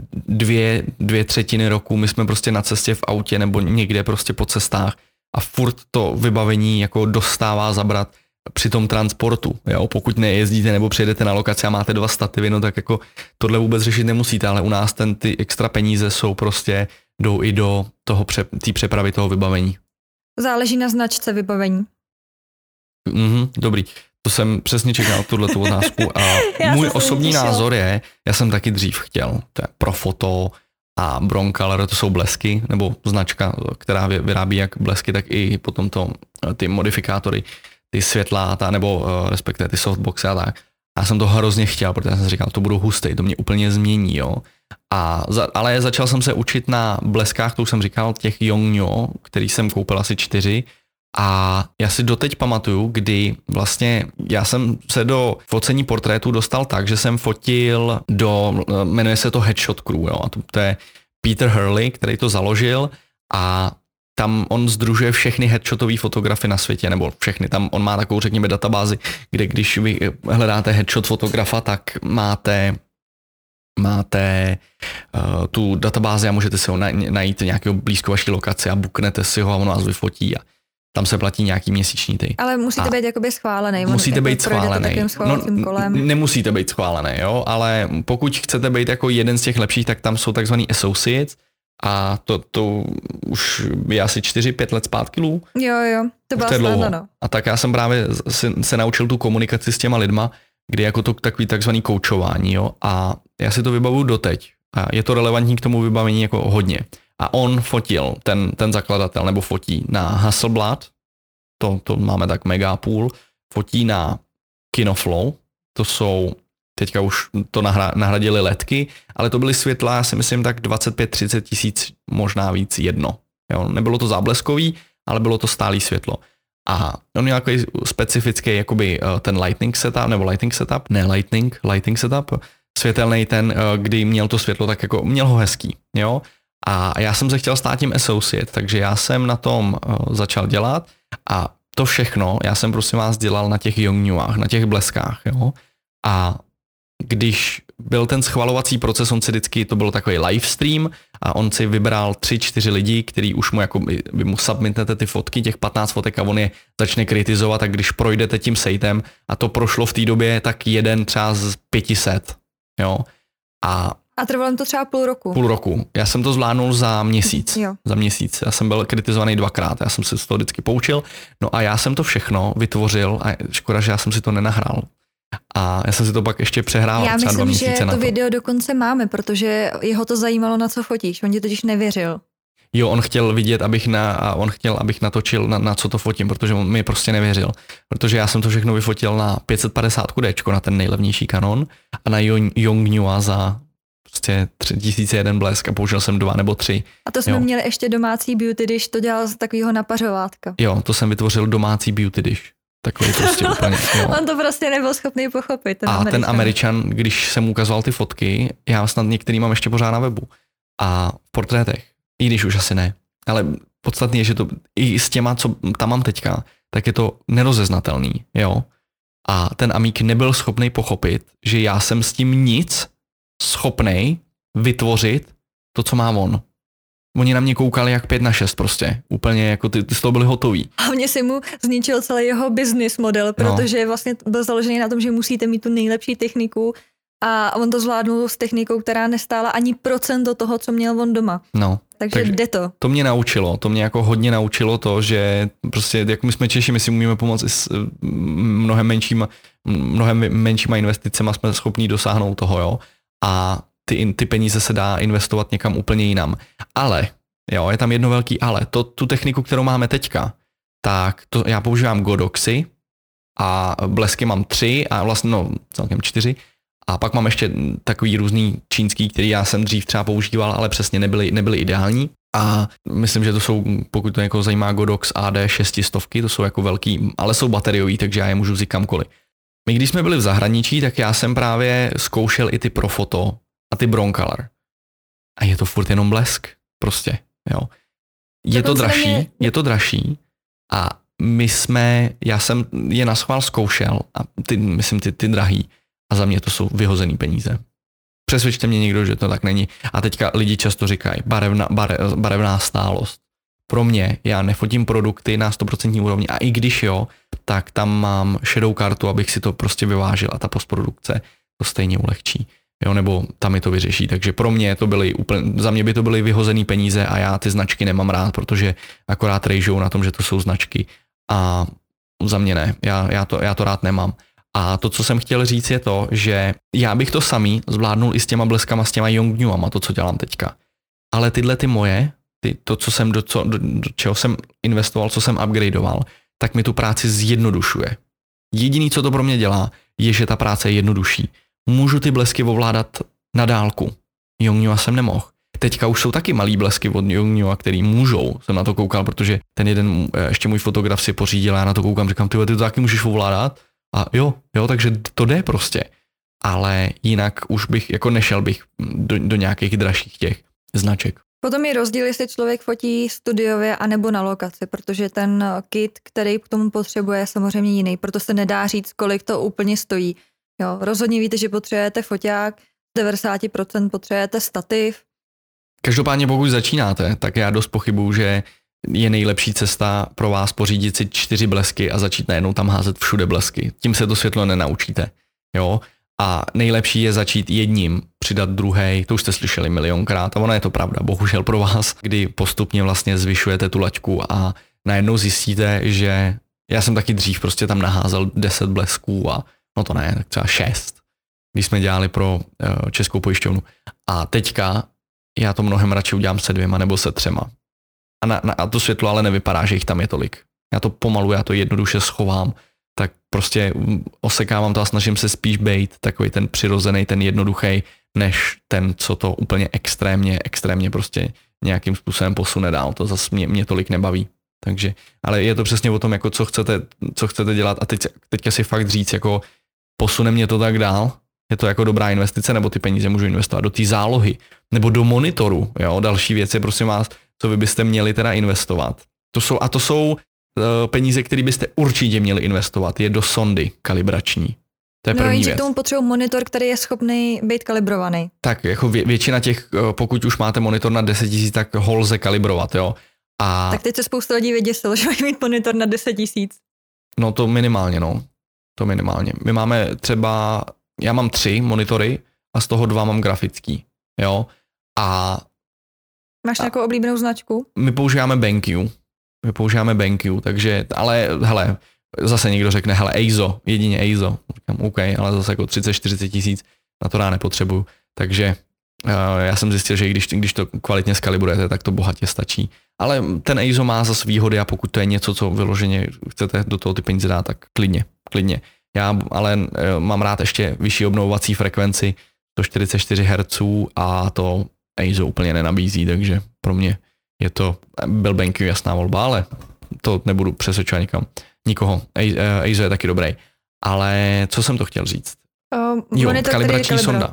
dvě, dvě třetiny roku, my jsme prostě na cestě v autě nebo někde prostě po cestách a furt to vybavení jako dostává zabrat při tom transportu. Jo? Pokud nejezdíte nebo přijedete na lokaci a máte dva stativy, no tak jako tohle vůbec řešit nemusíte, ale u nás ten, ty extra peníze jsou prostě, jdou i do toho té přepravy toho vybavení. Záleží na značce vybavení. Mhm, dobrý. To jsem přesně čekal, tuhletu otázku a Já můj se osobní těšila. názor je, já jsem taky dřív chtěl, to je Profoto a Broncolor, to jsou blesky, nebo značka, která vyrábí jak blesky, tak i potom to, ty modifikátory, ty světla, ta, nebo respektive ty softboxy a tak. Já jsem to hrozně chtěl, protože jsem si říkal, to budou hustý, to mě úplně změní, jo. A za, ale začal jsem se učit na bleskách, to už jsem říkal, těch Yongnuo, který jsem koupil asi čtyři. A já si doteď pamatuju, kdy vlastně já jsem se do focení portrétu dostal tak, že jsem fotil do, jmenuje se to Headshot Crew, jo, a to, to je Peter Hurley, který to založil a tam on sdružuje všechny headshotové fotografy na světě, nebo všechny, tam on má takovou, řekněme, databázi, kde když vy hledáte headshot fotografa, tak máte máte uh, tu databázi a můžete si ho najít nějakého blízko vaší lokace a buknete si ho a on vás vyfotí a tam se platí nějaký měsíční ty. Ale musíte a být jakoby schválený. Musíte jako být schválený. No, kolem. Nemusíte být schválený, jo, ale pokud chcete být jako jeden z těch lepších, tak tam jsou takzvaný associates a to, to už je asi čtyři pět let zpátky lů. Jo, jo, to bylo snadno, no. A tak já jsem právě se, se naučil tu komunikaci s těma lidma, kdy jako to takový takzvaný koučování, jo, a já si to vybavuju doteď. A je to relevantní k tomu vybavení jako hodně. A on fotil, ten, ten zakladatel, nebo fotí na Hasselblad, to, to máme tak Megapůl, fotí na Kinoflow, to jsou, teďka už to nahra, nahradili ledky, ale to byly světla, já si myslím tak dvacet pět třicet tisíc, možná víc jedno. Jo, nebylo to zábleskový, ale bylo to stálý světlo. A on je takový specifický, jakoby ten lightning setup, nebo lighting setup, ne lightning, lighting setup, světelný ten, kdy měl to světlo tak jako, měl ho hezký, jo. A já jsem se chtěl stát tím associate, takže já jsem na tom začal dělat a to všechno, já jsem prosím vás dělal na těch Yongnuách, na těch bleskách, jo. A když byl ten schvalovací proces, on si vždycky, to bylo takový live stream a on si vybral tři, čtyři lidi, který už mu jako, vy mu submitnete ty fotky, těch patnáct fotek a on je začne kritizovat a když projdete tím sejtem a to prošlo v té době, tak jeden třeba z pětiset, jo. A A trvalo to třeba půl roku. Půl roku. Já jsem to zvládnul za měsíc. Jo. Za měsíc. Já jsem byl kritizovaný dvakrát. Já jsem se z toho vždycky poučil. No a já jsem to všechno vytvořil a škoda, že já jsem si to nenahrál. A já jsem si to pak ještě přehrál já třeba myslím, dva měsíce že na to. to video dokonce máme, protože jeho to zajímalo, na co fotíš. On ti totiž nevěřil. Jo, on chtěl vidět, abych na, a on chtěl, abych natočil, na, na co to fotím, protože on mi prostě nevěřil. Protože já jsem to všechno vyfotil na pět set padesát D, na ten nejlevnější Canon a na Yongnuo za prostě tři tisíce jeden blesk a použil jsem dva nebo tři. A to jsme jo. měli ještě domácí beauty dish, to dělal z takového napařovátka. Jo, to jsem vytvořil domácí beauty dish. Takový prostě úplně. Jo. On to prostě nebyl schopný pochopit. Ten a Američan. ten Američan, když jsem mu ukazoval ty fotky, já snad některý mám ještě pořád na webu a v portrétech, i když už asi ne, ale podstatný je, že to i s těma, co tam mám teďka, tak je to nerozeznatelný, jo. A ten Amík nebyl schopný pochopit, že já jsem s tím nic schopnej vytvořit to, co má on. Oni na mě koukali jak pět na šest prostě. Úplně jako ty, ty z toho byli hotoví. Hlavně si mu zničil celý jeho business model, protože no. vlastně byl založený na tom, že musíte mít tu nejlepší techniku a on to zvládnul s technikou, která nestála ani procento toho, co měl on doma. No. Takže, Takže jde to. To mě naučilo, to mě jako hodně naučilo to, že prostě jako my jsme Češi, my si umíme pomoct i s mnohem menšíma, mnohem menšíma investicema jsme schopní dosáhnout toho, jo. A ty, ty peníze se dá investovat někam úplně jinam. Ale, jo, je tam jedno velký ale. To, tu techniku, kterou máme teďka, tak to, já používám Godoxy a blesky mám tři a vlastně, no, celkem čtyři. A pak mám ještě takový různý čínský, který já jsem dřív třeba používal, ale přesně nebyly, nebyly ideální. A myslím, že to jsou, pokud to někoho zajímá, Godox A D šest set, to jsou jako velký, ale jsou bateriový, takže já je můžu vzít kamkoliv. My když jsme byli v zahraničí, tak já jsem právě zkoušel i ty Profoto a ty Broncolor. A je to furt jenom blesk, prostě, jo. Je to dražší, mě... je to dražší a my jsme, já jsem je na schvál zkoušel a ty, myslím ty, ty drahý a za mě to jsou vyhozený peníze. Přesvědčte mě někdo, že to tak není. A teďka lidi často říkají barevna, bare, barevná stálost. Pro mě, já nefotím produkty na sto procent úrovni a i když jo, tak tam mám shadow kartu, abych si to prostě vyvážil a ta postprodukce to stejně ulehčí. Jo, nebo tam mi to vyřeší. Takže pro mě to byly úplně, za mě by to byly vyhozený peníze a já ty značky nemám rád, protože akorát rejžou na tom, že to jsou značky a za mě ne. Já, já, to, já to rád nemám. A to, co jsem chtěl říct, je to, že já bych to samý zvládnul i s těma bleskama, s těma Yongnuama, to, co dělám teďka. Ale tyhle ty moje, ty, to, co jsem, do, co, do, do čeho jsem investoval, co jsem upgradeoval, tak mi tu práci zjednodušuje. Jediný, co to pro mě dělá, je, že ta práce je jednodušší. Můžu ty blesky ovládat na dálku. Yongnua jsem nemohl. Teďka už jsou taky malý blesky od Yongnua, který můžou. Jsem na to koukal, protože ten jeden, ještě můj fotograf si pořídil, já na to koukám, říkám, ty, ty to taky můžeš ovládat. A jo, jo, takže to jde prostě. Ale jinak už bych, jako nešel bych do, do nějakých dražších těch značek. Potom je rozdíl, jestli člověk fotí studiově anebo na lokaci, protože ten kit, který k tomu potřebuje, je samozřejmě jiný, proto se nedá říct, kolik to úplně stojí. Jo, rozhodně víte, že potřebujete foťák s devadesát procent potřebujete stativ. Každopádně pokud začínáte, tak já dost pochybuju, že je nejlepší cesta pro vás pořídit si čtyři blesky a začít najednou tam házet všude blesky. Tím se to světlo nenaučíte. Jo? A nejlepší je začít jedním, přidat druhej, to už jste slyšeli milionkrát a ono je to pravda, bohužel pro vás, kdy postupně vlastně zvyšujete tu laťku a najednou zjistíte, že já jsem taky dřív prostě tam naházel deset blesků a no to ne, tak třeba šest, když jsme dělali pro uh, Českou pojišťovnu. A teďka já to mnohem radši udělám se dvěma nebo se třema. A, na, na, a to světlo ale nevypadá, že jich tam je tolik. Já to pomalu, já to jednoduše schovám, tak prostě osekávám to a snažím se spíš bejt takový ten přirozený, ten jednoduchý, než ten, co to úplně extrémně, extrémně prostě nějakým způsobem posune dál. To zase mě, mě tolik nebaví. Takže, ale je to přesně o tom, jako co chcete, co chcete dělat a teď, teďka si fakt říct, jako posune mě to tak dál, je to jako dobrá investice, nebo ty peníze můžu investovat do té zálohy, nebo do monitoru, jo, další věci, prosím vás, co vy byste měli teda investovat. To jsou, a to jsou uh, peníze, které byste určitě měli investovat, je do sondy kalibrační. To je no, první věc. k tomu potřebuji monitor, který je schopný být kalibrovaný. Tak jako vě, většina těch, pokud už máte monitor na deset tisíc, tak ho lze kalibrovat, jo. A tak teď se spousta lidí vyděsilo, že mají mít monitor na deset tisíc. No to minimálně, no. To minimálně. My máme třeba, já mám tři monitory a z toho dva mám grafický, jo. A máš nějakou oblíbenou značku? My používáme BenQ. My používáme BenQ, takže, ale hele, zase někdo řekne, hele, E I S O, jedině E I S O. Říkám, OK, ale zase jako třicet čtyřicet tisíc na to já nepotřebuju. Takže uh, já jsem zjistil, že když, když to kvalitně skalibrujete, tak to bohatě stačí. Ale ten E I S O má zase výhody a pokud to je něco, co vyloženě chcete do toho ty peníze dát, tak klidně, klidně. Já ale uh, mám rád ještě vyšší obnovovací frekvenci, sto čtyřicet čtyři hertzů a to E I S O úplně nenabízí, takže pro mě je to, byl BenQ jasná volba, ale to nebudu přesvědčovat nikam. Nikoho. E I S O je taky dobrý. Ale co jsem to chtěl říct? Uh, jo, kalibrační sonda.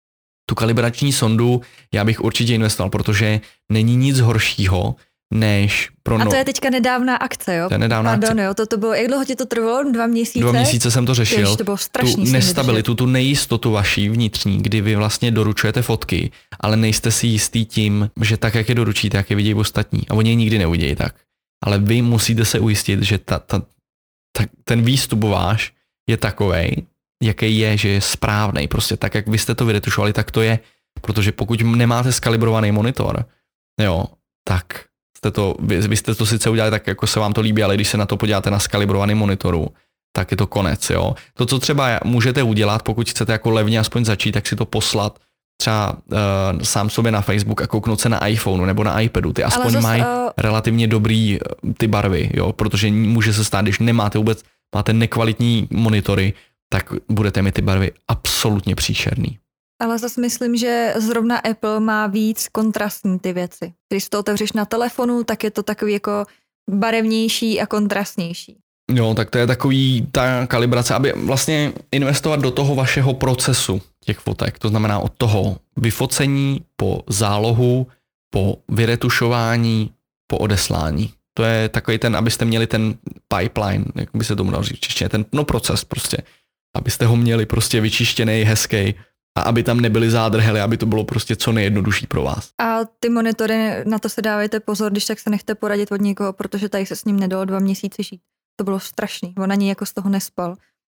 Tu kalibrační sondu já bych určitě investoval, protože není nic horšího, než pro... No... A to je teďka nedávná akce, jo? To je nedávná Pardon, akce. jo, to, to bylo, jak dlouho ti to trvalo? Dva měsíce? Dva měsíce jsem to řešil. Tež, to bylo strašný. Tu nestabilitu, tu nejistotu vaší vnitřní, kdy vy vlastně doručujete fotky, ale nejste si jistý tím, že tak, jak je doručíte, jak je vidějí ostatní. A oni je nikdy neuvidějí tak. Ale vy musíte se ujistit, že ta, ta, ta, ten výstup váš je takovej, jaký je, že je správnej. Prostě tak, jak vy jste to vyretušovali, tak to je. Protože pokud nemáte skalibrovaný monitor, jo, tak jste to, vy, vy jste to sice udělali tak, jako se vám to líbí, ale když se na to podíváte na skalibrovaný monitoru, tak je to konec, jo. To, co třeba můžete udělat, pokud chcete jako levně aspoň začít, tak si to poslat třeba uh, sám sobě na Facebook a kouknout se na iPhoneu nebo na iPadu. Ty aspoň zas, mají uh... relativně dobrý uh, ty barvy, jo, protože může se stát, když nemáte vůbec, máte nekvalitní monitory, tak budete mít ty barvy absolutně příšerný. Ale zase myslím, že zrovna Apple má víc kontrastní ty věci. Když to otevřeš na telefonu, tak je to takový jako barevnější a kontrastnější. Jo, tak to je takový ta kalibrace, aby vlastně investovat do toho vašeho procesu těch fotek. To znamená od toho vyfocení po zálohu, po vyretušování, po odeslání. To je takový ten, abyste měli ten pipeline, jak by se tomu dalo říct češtině, ten no proces prostě. Abyste ho měli prostě vyčištěný, hezký a aby tam nebyly zádrhely, aby to bylo prostě co nejjednodušší pro vás. A ty monitory, na to se dávajte pozor, když tak se nechte poradit od někoho, protože tady se s ním nedalo dva měsíce žít. To bylo strašný, on ani jako z toho nespal.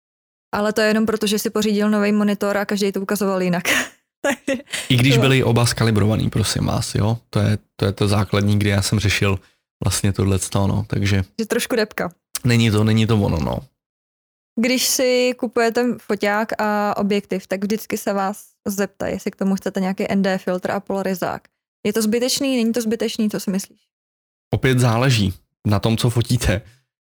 Ale to je jenom proto, že si pořídil nový monitor a každý to ukazoval jinak. I když byli oba skalibrovaný, prosím vás, jo? To je, to je to základní, kdy já jsem řešil vlastně tohleto, no, takže... Že trošku depka. Není to, není to ono, no. Když si kupujete foťák a objektiv, tak vždycky se vás zeptají, jestli k tomu chcete nějaký N D filtr a polarizák. Je to zbytečný, není to zbytečný, co si myslíš? Opět záleží na tom, co fotíte.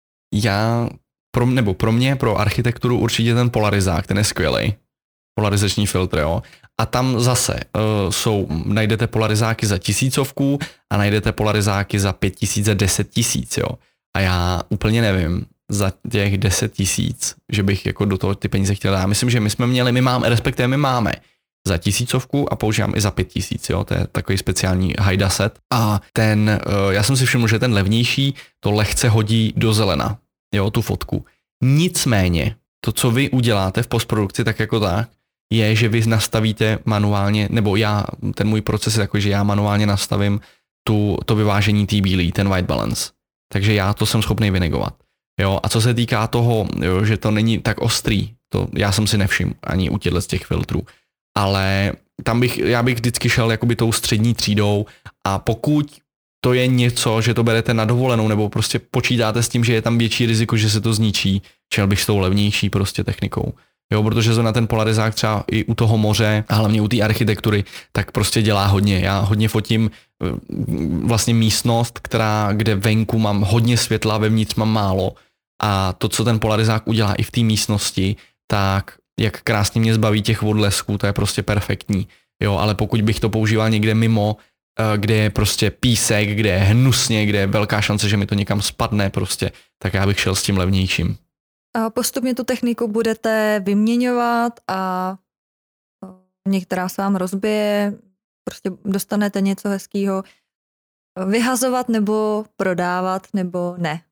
Já, pro, nebo pro mě, pro architekturu určitě ten polarizák, ten je skvělej. Polarizační filtr, jo. A tam zase uh, jsou, najdete polarizáky za tisícovku a najdete polarizáky za pět tisíc a deset tisíc, jo. A já úplně nevím, za těch deset tisíc, že bych jako do toho ty peníze chtěl. Já myslím, že my jsme měli, my máme, respektive my máme za tisícovku a používám i za pět tisíc, jo, to je takový speciální hajda set. A ten, já jsem si všiml, že ten levnější to lehce hodí do zelena, jo, tu fotku. Nicméně, to, co vy uděláte v postprodukci, tak jako tak, je, že vy nastavíte manuálně, nebo já, ten můj proces je takový, že já manuálně nastavím tu, to vyvážení té bílý, ten white balance. Takže já to jsem schopný vynegovat. Jo, a co se týká toho, jo, že to není tak ostrý, to já jsem si nevšiml ani u těchto z těch filtrů, ale tam bych, já bych vždycky šel jakoby tou střední třídou a pokud to je něco, že to berete na dovolenou nebo prostě počítáte s tím, že je tam větší riziko, že se to zničí, šel bych s tou levnější prostě technikou. Jo, protože to na ten polarizák třeba i u toho moře a hlavně u té architektury, tak prostě dělá hodně. Já hodně fotím vlastně místnost, která, kde venku mám hodně světla, vevnitř mám málo a to, co ten polarizák udělá i v té místnosti, tak jak krásně mě zbaví těch odlesků, to je prostě perfektní. Jo, ale pokud bych to používal někde mimo, kde je prostě písek, kde je hnusně, kde je velká šance, že mi to někam spadne prostě, tak já bych šel s tím levnějším. A postupně tu techniku budete vyměňovat a některá se vám rozbije, prostě dostanete něco hezkýho vyhazovat nebo prodávat nebo ne.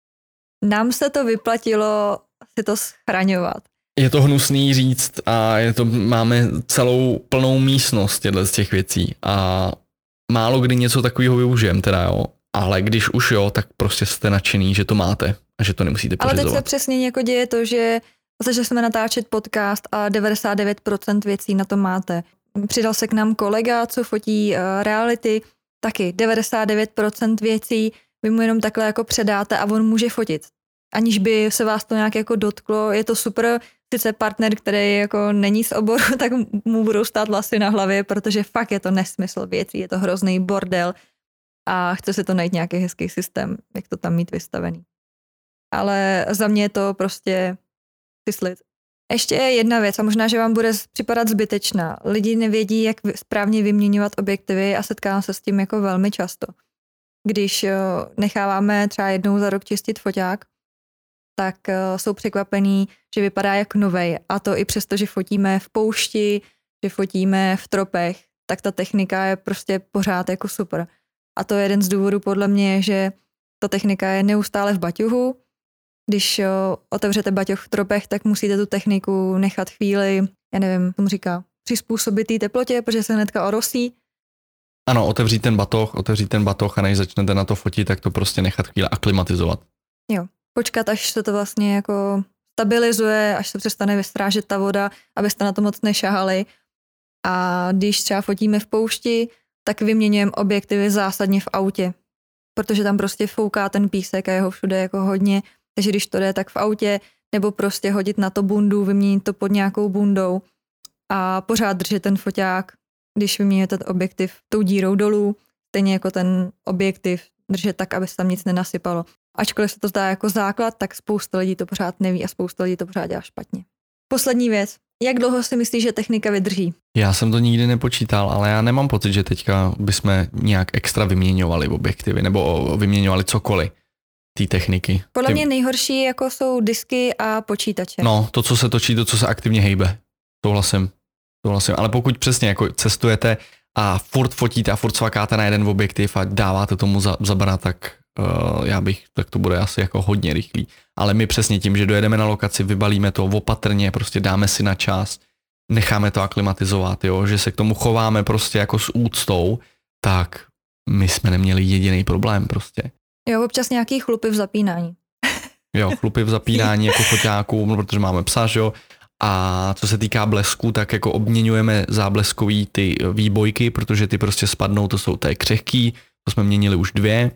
Nám se to vyplatilo si to schraňovat. Je to hnusný říct a je to, máme celou plnou místnost těchto z těch věcí a málo kdy něco takového využijem teda jo, ale když už jo, tak prostě jste nadšený, že to máte a že to nemusíte pořizovat. Ale teď se přesně jako děje to, že začali jsme natáčet podcast a devadesát devět procent věcí na to máte. Přidal se k nám kolega, co fotí uh, reality, taky devadesát devět procent věcí vy mu jenom takhle jako předáte a on může fotit. Aniž by se vás to nějak jako dotklo, je to super, sice partner, který jako není z oboru, tak mu budou stát vlasy na hlavě, protože fakt je to nesmysl věcí, je to hrozný bordel a chce se to najít nějaký hezký systém, jak to tam mít vystavený. Ale za mě je to prostě syslit. Ještě jedna věc a možná, že vám bude připadat zbytečná. Lidi nevědí, jak správně vyměňovat objektivy a setkávám se s tím jako velmi často. Když necháváme třeba jednou za rok čistit foťák, tak jsou překvapení, že vypadá jak novej. A to i přesto, že fotíme v poušti, že fotíme v tropech, tak ta technika je prostě pořád jako super. A to je jeden z důvodů podle mě, že ta technika je neustále v baťuhu. Když otevřete baťoh v tropech, tak musíte tu techniku nechat chvíli, já nevím, tomu říká, přizpůsobit té teplotě, protože se hnedka orosí. Ano, otevřít ten batoh, otevřít ten batoh a než začnete na to fotit, tak to prostě nechat chvíli aklimatizovat. Jo, počkat, až se to vlastně jako stabilizuje, až se přestane vystrážet ta voda, abyste na to moc nešahali. A když třeba fotíme v poušti, tak vyměňujeme objektivy zásadně v autě, protože tam prostě fouká ten písek a jeho všude jako hodně, takže když to jde, tak v autě, nebo prostě hodit na to bundu, vyměnit to pod nějakou bundou a pořád držet ten foťák, když vyměníte ten objektiv tou dírou dolů, stejně jako ten objektiv držet tak, aby se tam nic nenasypalo. Ačkoliv se to zdá jako základ, tak spousta lidí to pořád neví a spousta lidí to pořád dělá špatně. Poslední věc. Jak dlouho si myslíš, že technika vydrží? Já jsem to nikdy nepočítal, ale já nemám pocit, že teďka bychom nějak extra vyměňovali objektivy nebo vyměňovali cokoliv té techniky. Podle Ty... mě nejhorší jako jsou disky a počítače. No, to, co se točí, to, co se aktivně hejbe. Souhlasím. Souhlasím. Ale pokud přesně jako cestujete a furt fotíte a furt svakáte na jeden objektiv a dáváte tomu za, zabrat, tak uh, já bych, tak to bude asi jako hodně rychlý. Ale my přesně tím, že dojedeme na lokaci, vybalíme to opatrně, prostě dáme si na čas, necháme to aklimatizovat, jo, že se k tomu chováme prostě jako s úctou, tak my jsme neměli jediný problém prostě. Jo, občas nějaký chlupy v zapínání. Jo, chlupy v zapínání jako foťáků, protože máme psa, jo. A co se týká blesku, tak jako obměňujeme zábleskový ty výbojky, protože ty prostě spadnou, to jsou té křehký, to jsme měnili už dvě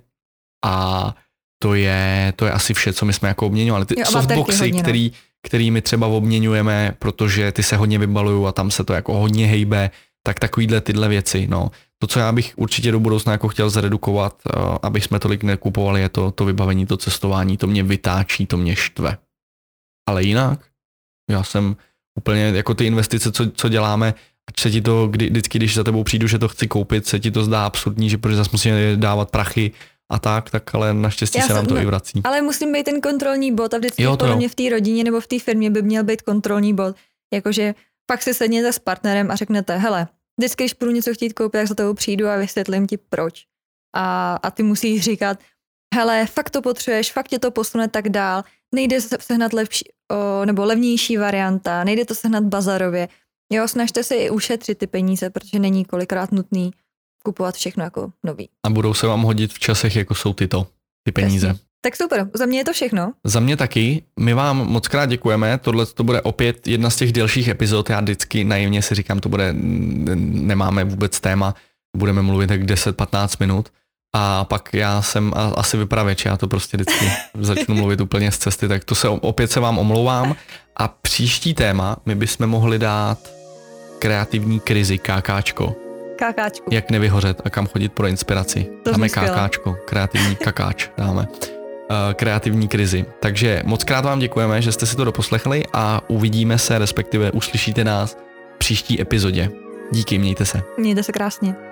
a to je, to je asi vše, co my jsme jako obměňovali. Ty jo, softboxy, hodně, no. který, který my třeba obměňujeme, protože ty se hodně vybalují a tam se to jako hodně hejbe, tak takovýhle tyhle věci, no. To, co já bych určitě do budoucna jako chtěl zredukovat, aby jsme tolik nekupovali, je to, to vybavení, to cestování, to mě vytáčí, to mě štve. Ale jinak, já jsem úplně, jako ty investice, co, co děláme, ať se ti to, kdy, vždycky, když za tebou přijdu, že to chci koupit, se ti to zdá absurdní, že protože zase musíme dávat prachy a tak, tak ale naštěstí já se nám to no, i vrací. Ale musím být ten kontrolní bod a vždycky jo, podle mě v té rodině nebo v té firmě by měl být kontrolní bod. Jakože pak si sedněte s partnerem a řeknete, hele, vždycky, když budu něco chtít koupit, tak za tebou přijdu a vysvětlím ti proč. A, a ty musíš říkat, hele, fakt to potřebuješ, fakt tě to posune tak dál, nejde sehnat lepší, o, nebo levnější varianta, nejde to sehnat bazarově. Jo, snažte se i ušetřit ty peníze, protože není kolikrát nutný kupovat všechno jako nový. A budou se vám hodit v časech, jako jsou tyto, ty peníze. Jasně. Tak super, za mě je to všechno. Za mě taky. My vám moc krát děkujeme. Tohle to bude opět jedna z těch delších epizod. Já vždycky naivně si říkám, to bude, nemáme vůbec téma, budeme mluvit tak deset patnáct minut. A pak já jsem asi vypravěč, já to prostě vždycky začnu mluvit úplně z cesty, tak to se opět se vám omlouvám. A příští téma my bychom mohli dát kreativní krizi, kákáčko. Kákáčku. Jak nevyhořet a kam chodit pro inspiraci. To dáme kákáčko, kreativní kakáč dáme. Uh, kreativní krizi. Takže moc krát vám děkujeme, že jste si to doposlechli a uvidíme se, respektive uslyšíte nás v příští epizodě. Díky, mějte se. Mějte se krásně.